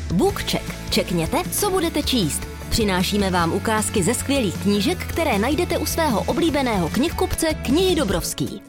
BookCheck. Čekněte, co budete číst. Přinášíme vám ukázky ze skvělých knížek, které najdete u svého oblíbeného knihkupce Knihy Dobrovský.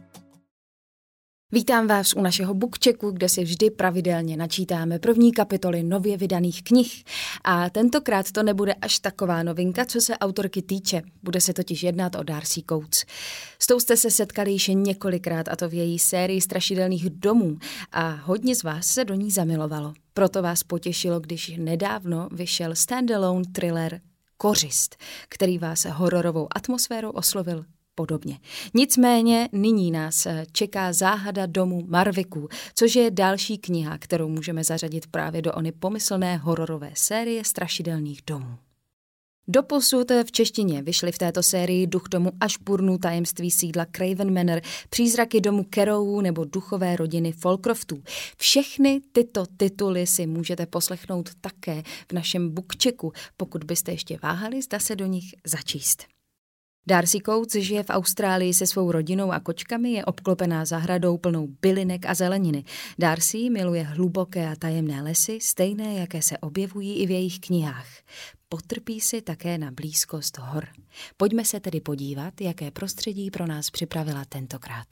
Vítám vás u našeho BookChecku, kde si vždy pravidelně načítáme první kapitoly nově vydaných knih. A tentokrát to nebude až taková novinka, co se autorky týče. Bude se totiž jednat o Darcy Coates. S tou jste se setkali již několikrát, a to v její sérii strašidelných domů. A hodně z vás se do ní zamilovalo. Proto vás potěšilo, když nedávno vyšel standalone thriller Kořist, který vás hororovou atmosférou oslovil podobně. Nicméně nyní nás čeká záhada domu Marviků, což je další kniha, kterou můžeme zařadit právě do ony pomyslné hororové série strašidelných domů. Doposud v češtině vyšly v této sérii Duch domu Ashbournu, Tajemství sídla Craven Manor, Přízraky domu Carrowů nebo Duchové rodiny Falcroftů. Všechny tyto tituly si můžete poslechnout také v našem BookChecku, pokud byste ještě váhali, zda se do nich začíst. Darcy Coates žije v Austrálii se svou rodinou a kočkami, je obklopená zahradou plnou bylinek a zeleniny. Darcy miluje hluboké a tajemné lesy, stejné, jaké se objevují i v jejich knihách. Potrpí si také na blízkost hor. Pojďme se tedy podívat, jaké prostředí pro nás připravila tentokrát.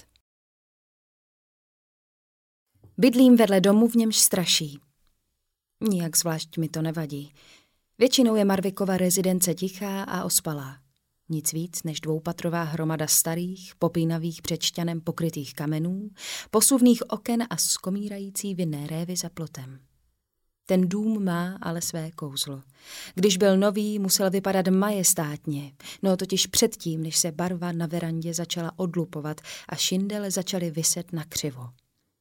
Bydlím vedle domu, v němž straší. Nijak zvlášť mi to nevadí. Většinou je Marvikova rezidence tichá a ospalá. Nic víc než dvoupatrová hromada starých, popínavých před šťanem pokrytých kamenů, posuvných oken a skomírající vinné révy za plotem. Ten dům má ale své kouzlo. Když byl nový, musel vypadat majestátně, no totiž předtím, než se barva na verandě začala odlupovat a šindele začaly viset na křivo.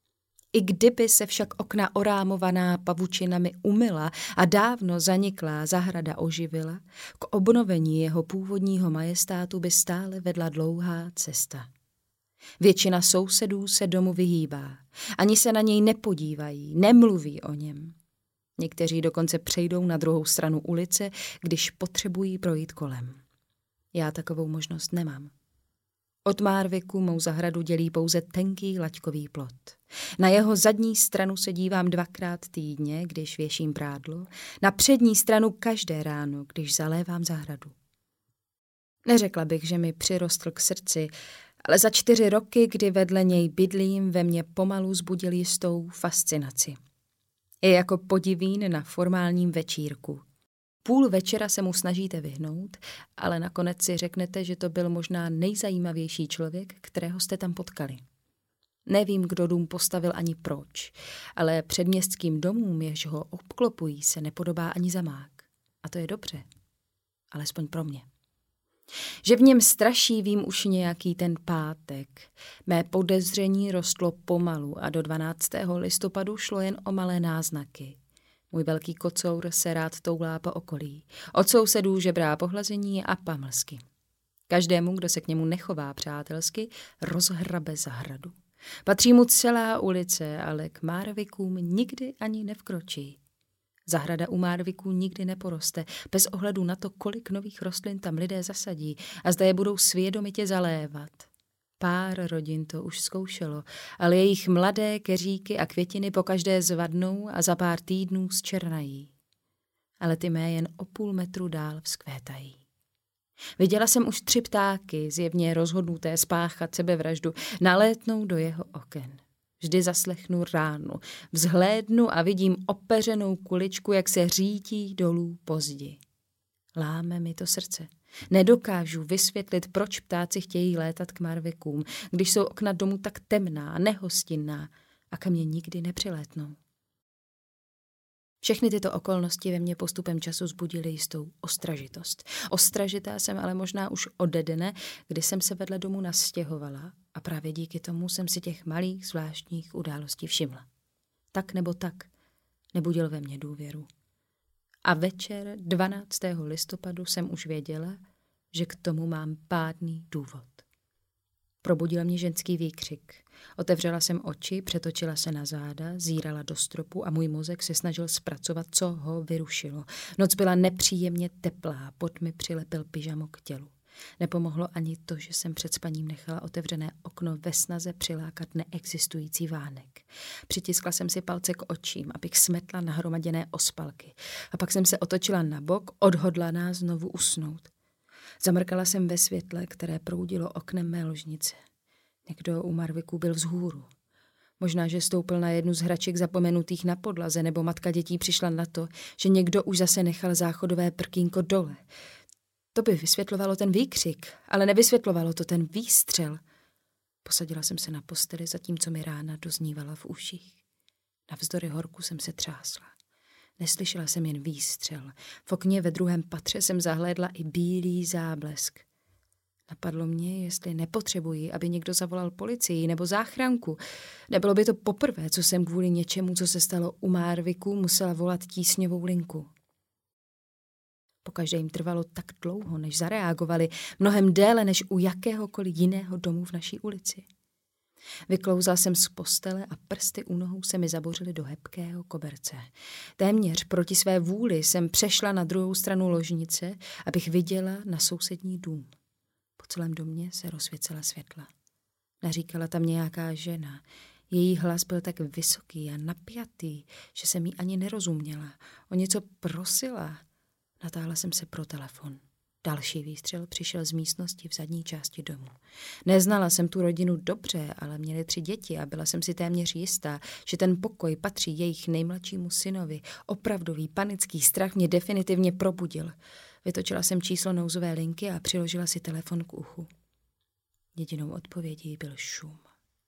I kdyby se však okna orámovaná pavučinami umyla a dávno zaniklá zahrada oživila, k obnovení jeho původního majestátu by stále vedla dlouhá cesta. Většina sousedů se domu vyhýbá, ani se na něj nepodívají, nemluví o něm. Někteří dokonce přejdou na druhou stranu ulice, když potřebují projít kolem. Já takovou možnost nemám. Od Marviku mou zahradu dělí pouze tenký laťkový plot. Na jeho zadní stranu se dívám 2krát týdně, když věším prádlo, na přední stranu každé ráno, když zalévám zahradu. Neřekla bych, že mi přirostl k srdci, ale za 4 roky, kdy vedle něj bydlím, ve mně pomalu zbudil jistou fascinaci. Je jako podivín na formálním večírku. Půl večera se mu snažíte vyhnout, ale nakonec si řeknete, že to byl možná nejzajímavější člověk, kterého jste tam potkali. Nevím, kdo dům postavil ani proč, ale předměstským domům, jež ho obklopují, se nepodobá ani zamák. A to je dobře, alespoň pro mě. Že v něm straší, vím už nějaký ten pátek. Mé podezření rostlo pomalu a do 12. listopadu šlo jen o malé náznaky. Můj velký kocour se rád toulá po okolí. Od sousedů žebrá pohlazení a pamlsky. Každému, kdo se k němu nechová přátelsky, rozhrabe zahradu. Patří mu celá ulice, ale k Marvikům nikdy ani nevkročí. Zahrada u Marviků nikdy neporoste, bez ohledu na to, kolik nových rostlin tam lidé zasadí a zda je budou svědomitě zalévat. Pár rodin to už zkoušelo, ale jejich mladé keříky a květiny pokaždé zvadnou a za pár týdnů zčernají. Ale ty mé jen o půl metru dál vzkvétají. Viděla jsem už 3 ptáky, zjevně rozhodnuté spáchat sebevraždu, nalétnou do jeho oken. Vždy zaslechnu ránu, vzhlédnu a vidím opeřenou kuličku, jak se řítí dolů po zdi. Láme mi to srdce. Nedokážu vysvětlit, proč ptáci chtějí létat k Marvikům, když jsou okna domu tak temná, nehostinná a ke mně nikdy nepřilétnou. Všechny tyto okolnosti ve mně postupem času zbudily jistou ostražitost. Ostražitá jsem ale možná už ode dne, kdy jsem se vedle domu nastěhovala a právě díky tomu jsem si těch malých zvláštních událostí všimla. Tak nebo tak nebudil ve mně důvěru. A večer 12. listopadu jsem už věděla, že k tomu mám pádný důvod. Probudil mě ženský výkřik. Otevřela jsem oči, přetočila se na záda, zírala do stropu a můj mozek se snažil zpracovat, co ho vyrušilo. Noc byla nepříjemně teplá, pot mi přilepil pyžamo k tělu. Nepomohlo ani to, že jsem před spaním nechala otevřené okno ve snaze přilákat neexistující vánek. Přitiskla jsem si palce k očím, abych smetla nahromaděné ospalky. A pak jsem se otočila na bok, odhodlaná znovu usnout. Zamrkala jsem ve světle, které proudilo oknem mé ložnice. Někdo u Marviku byl vzhůru. Možná, že stoupil na jednu z hraček zapomenutých na podlaze, nebo matka dětí přišla na to, že někdo už zase nechal záchodové prkínko dole. To by vysvětlovalo ten výkřik, ale nevysvětlovalo to ten výstřel. Posadila jsem se na posteli, zatímco mi rána doznívala v uších. Navzdory horku jsem se třásla. Neslyšela jsem jen výstřel. V okně ve druhém patře jsem zahlédla i bílý záblesk. Napadlo mě, jestli nepotřebuji, aby někdo zavolal policii nebo záchranku. Nebylo by to poprvé, co jsem kvůli něčemu, co se stalo u Marviku, musela volat tísňovou linku. Pokaždé jim trvalo tak dlouho, než zareagovali, mnohem déle než u jakéhokoliv jiného domu v naší ulici. Vyklouzla jsem z postele a prsty u nohou se mi zabořily do hebkého koberce. Téměř proti své vůli jsem přešla na druhou stranu ložnice, abych viděla na sousední dům. Po celém domě se rozsvěcela světla. Naříkala tam nějaká žena. Její hlas byl tak vysoký a napjatý, že jsem jí ani nerozuměla. O něco prosila. Natáhla jsem se pro telefon. Další výstřel přišel z místnosti v zadní části domu. Neznala jsem tu rodinu dobře, ale měli 3 děti a byla jsem si téměř jistá, že ten pokoj patří jejich nejmladšímu synovi. Opravdový panický strach mě definitivně probudil. Vytočila jsem číslo nouzové linky a přiložila si telefon k uchu. Jedinou odpovědí byl šum.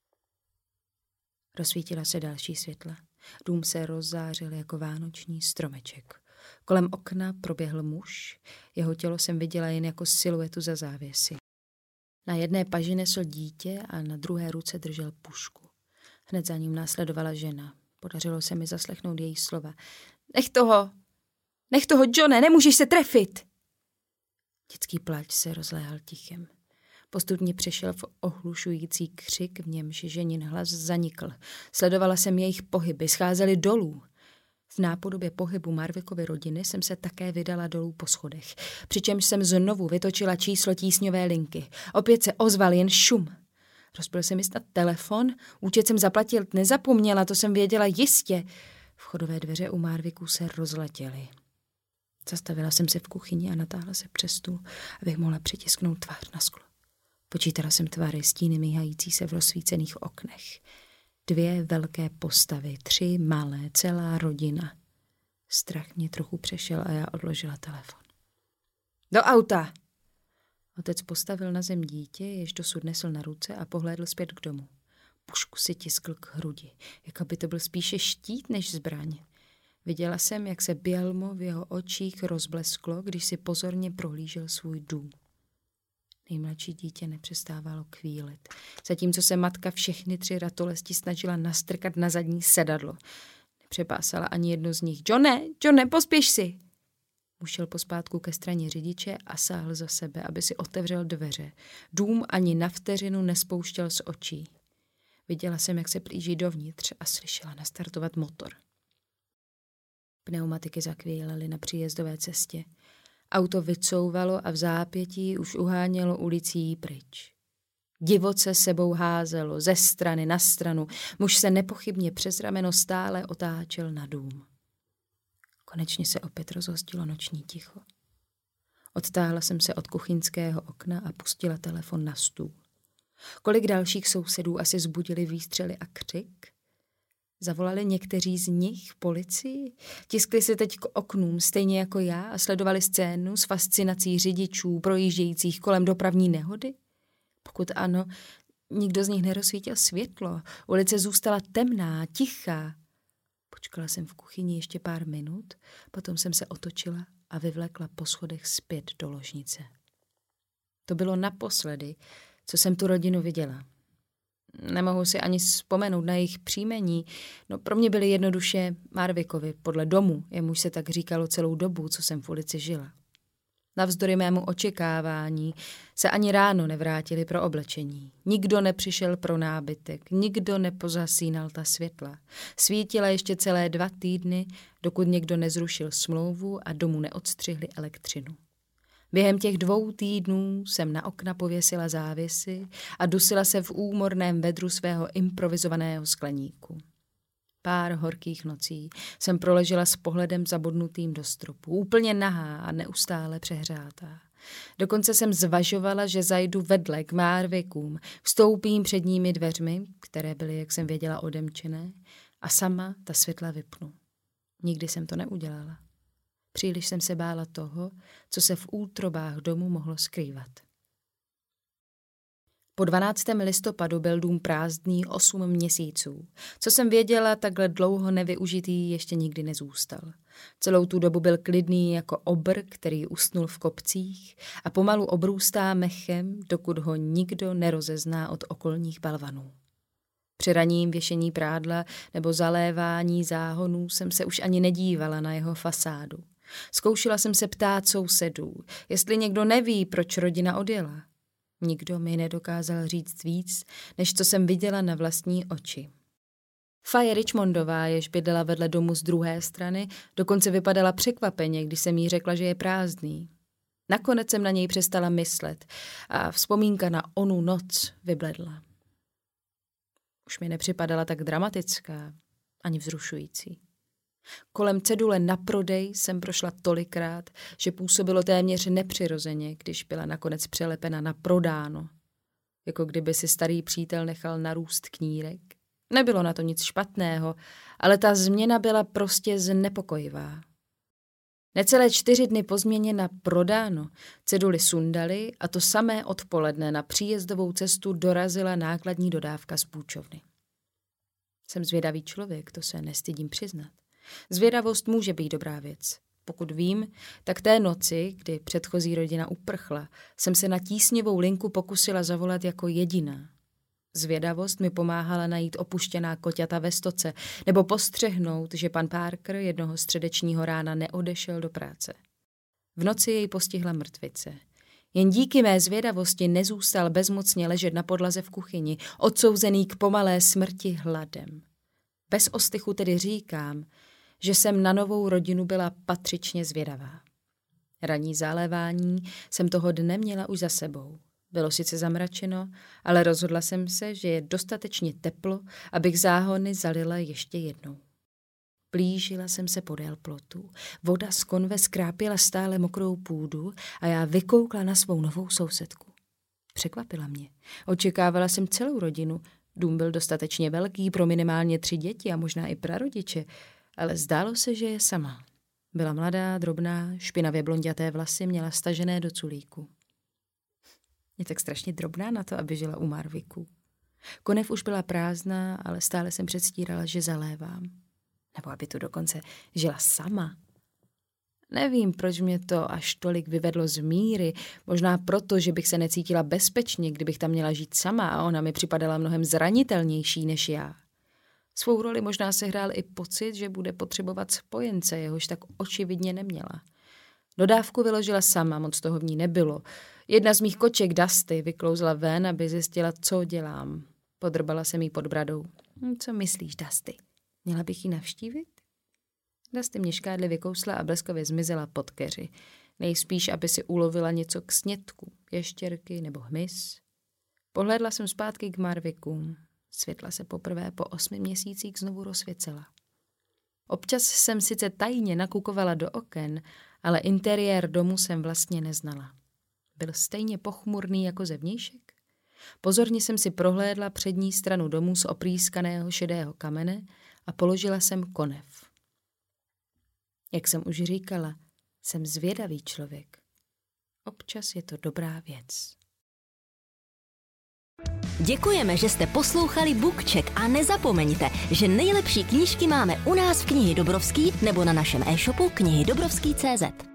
Rozsvítila se další světla. Dům se rozzářil jako vánoční stromeček. Kolem okna proběhl muž, jeho tělo jsem viděla jen jako siluetu za závěsy. Na jedné paži nesl dítě a na druhé ruce držel pušku. Hned za ním následovala žena. Podařilo se mi zaslechnout její slova. Nech toho, Johne, nemůžeš se trefit! Dětský pláč se rozléhal tichem. Postupně přešel v ohlušující křik, v němž ženin hlas zanikl. Sledovala jsem jejich pohyby, scházely dolů. V nápodobě pohybu Marvikovy rodiny jsem se také vydala dolů po schodech, přičemž jsem znovu vytočila číslo tísňové linky. Opět se ozval jen šum. Rozbil se mi snad telefon, účet jsem zaplatit nezapomněla, to jsem věděla jistě. Vchodové dveře u Marviků se rozletěly. Zastavila jsem se v kuchyni a natáhla se přes stůl, abych mohla přitisknout tvář na sklo. Počítala jsem tvary stíny míhající se v rozsvícených oknech. 2 velké postavy, 3 malé, celá rodina. Strach mě trochu přešel a já odložila telefon. Do auta! Otec postavil na zem dítě, jež dosud nesl na ruce a pohlédl zpět k domu. Pušku si tiskl k hrudi, jako by to byl spíše štít než zbraň. Viděla jsem, jak se bělmo v jeho očích rozblesklo, když si pozorně prohlížel svůj dům. Nejmladší dítě nepřestávalo kvílit, zatímco se matka všechny 3 ratolesti snažila nastrkat na zadní sedadlo. Nepřepásala ani jedno z nich. Johne, pospěš si! Muž šel pospátku ke straně řidiče a sáhl za sebe, aby si otevřel dveře. Dům ani na vteřinu nespouštěl z očí. Viděla jsem, jak se plíží dovnitř a slyšela nastartovat motor. Pneumatiky zakvílely na příjezdové cestě. Auto vycouvalo a v zápětí už uhánělo ulicí pryč. Divoce sebou házelo ze strany na stranu. Muž se nepochybně přes rameno stále otáčel na dům. Konečně se opět rozhostilo noční ticho. Odtáhla jsem se od kuchyňského okna a pustila telefon na stůl. Kolik dalších sousedů asi zbudili výstřely a křik? Zavolali někteří z nich policii? Tiskli se teď k oknům, stejně jako já, a sledovali scénu s fascinací řidičů projíždějících kolem dopravní nehody? Pokud ano, nikdo z nich nerozsvítil světlo. Ulice zůstala temná, tichá. Počkala jsem v kuchyni ještě pár minut, potom jsem se otočila a vyvlekla po schodech zpět do ložnice. To bylo naposledy, co jsem tu rodinu viděla. Nemohu si ani vzpomenout na jejich příjmení. Pro mě byli jednoduše Marvikovi, podle domu, jemuž se tak říkalo celou dobu, co jsem v ulici žila. Navzdory mému očekávání se ani ráno nevrátili pro oblečení. Nikdo nepřišel pro nábytek, nikdo nepozasínal ta světla. Svítila ještě celé 2 týdny, dokud někdo nezrušil smlouvu a domu neodstřihli elektřinu. Během těch 2 týdnů jsem na okna pověsila závěsy a dusila se v úmorném vedru svého improvizovaného skleníku. Pár horkých nocí jsem proležela s pohledem zabodnutým do stropu, úplně nahá a neustále přehřátá. Dokonce jsem zvažovala, že zajdu vedle k Marwickům, vstoupím před nimi dveřmi, které byly, jak jsem věděla, odemčené, a sama ta světla vypnu. Nikdy jsem to neudělala. Příliš jsem se bála toho, co se v útrobách domu mohlo skrývat. Po 12. listopadu byl dům prázdný 8 měsíců. Co jsem věděla, takhle dlouho nevyužitý ještě nikdy nezůstal. Celou tu dobu byl klidný jako obr, který usnul v kopcích a pomalu obrůstá mechem, dokud ho nikdo nerozezná od okolních balvanů. Při ranním věšení prádla nebo zalévání záhonů jsem se už ani nedívala na jeho fasádu. Zkoušela jsem se ptát sousedů, jestli někdo neví, proč rodina odjela. Nikdo mi nedokázal říct víc, než co jsem viděla na vlastní oči. Faye Richmondová, jež bydlela vedle domu z druhé strany, dokonce vypadala překvapeně, když jsem jí řekla, že je prázdný. Nakonec jsem na něj přestala myslet a vzpomínka na onu noc vybledla. Už mi nepřipadala tak dramatická, ani vzrušující. Kolem cedule na prodej jsem prošla tolikrát, že působilo téměř nepřirozeně, když byla nakonec přelepena na prodáno. Jako kdyby si starý přítel nechal narůst knírek. Nebylo na to nic špatného, ale ta změna byla prostě znepokojivá. Necelé 4 dny po změně na prodáno ceduli sundali a to samé odpoledne na příjezdovou cestu dorazila nákladní dodávka z půjčovny. Jsem zvědavý člověk, to se nestydím přiznat. Zvědavost může být dobrá věc. Pokud vím, tak té noci, kdy předchozí rodina uprchla, jsem se na tísňovou linku pokusila zavolat jako jediná. Zvědavost mi pomáhala najít opuštěná koťata ve stoce nebo postřehnout, že pan Parker jednoho středečního rána neodešel do práce. V noci jej postihla mrtvice. Jen díky mé zvědavosti nezůstal bezmocně ležet na podlaze v kuchyni, odsouzený k pomalé smrti hladem. Bez ostychu tedy říkám, že jsem na novou rodinu byla patřičně zvědavá. Ranní zalévání jsem toho dne měla už za sebou. Bylo sice zamračeno, ale rozhodla jsem se, že je dostatečně teplo, abych záhony zalila ještě jednou. Plížila jsem se podél plotu, voda z konve skrápěla stále mokrou půdu a já vykoukla na svou novou sousedku. Překvapila mě. Očekávala jsem celou rodinu. Dům byl dostatečně velký pro minimálně 3 děti a možná i prarodiče, ale zdálo se, že je sama. Byla mladá, drobná, špinavě blonďaté vlasy měla stažené do culíku. Je tak strašně drobná na to, aby žila u Marwicků. Konev už byla prázdná, ale stále jsem předstírala, že zalévám. Nebo aby tu dokonce žila sama. Nevím, proč mě to až tolik vyvedlo z míry, možná proto, že bych se necítila bezpečně, kdybych tam měla žít sama a ona mi připadala mnohem zranitelnější než já. Svou roli možná sehrál i pocit, že bude potřebovat spojence, jehož tak očividně neměla. Dodávku vyložila sama, moc toho v ní nebylo. Jedna z mých koček, Dusty, vyklouzla ven, aby zjistila, co dělám. Podrbala jsem jí pod bradou. Co myslíš, Dusty? Měla bych ji navštívit? Dusty mě škádlivě kousla a bleskově zmizela pod keři. Nejspíš, aby si ulovila něco k snědku, ještěrky nebo hmyz. Pohlédla jsem zpátky k Marwickům. Světla se poprvé po 8 měsících znovu rozsvěcela. Občas jsem sice tajně nakukovala do oken, ale interiér domu jsem vlastně neznala. Byl stejně pochmurný jako zevnějšek. Pozorně jsem si prohlédla přední stranu domu z oprýskaného šedého kamene a položila jsem konev. Jak jsem už říkala, jsem zvědavý člověk. Občas je to dobrá věc. Děkujeme, že jste poslouchali BookCheck a nezapomeňte, že nejlepší knížky máme u nás v Knihy Dobrovský nebo na našem e-shopu knihydobrovský.cz.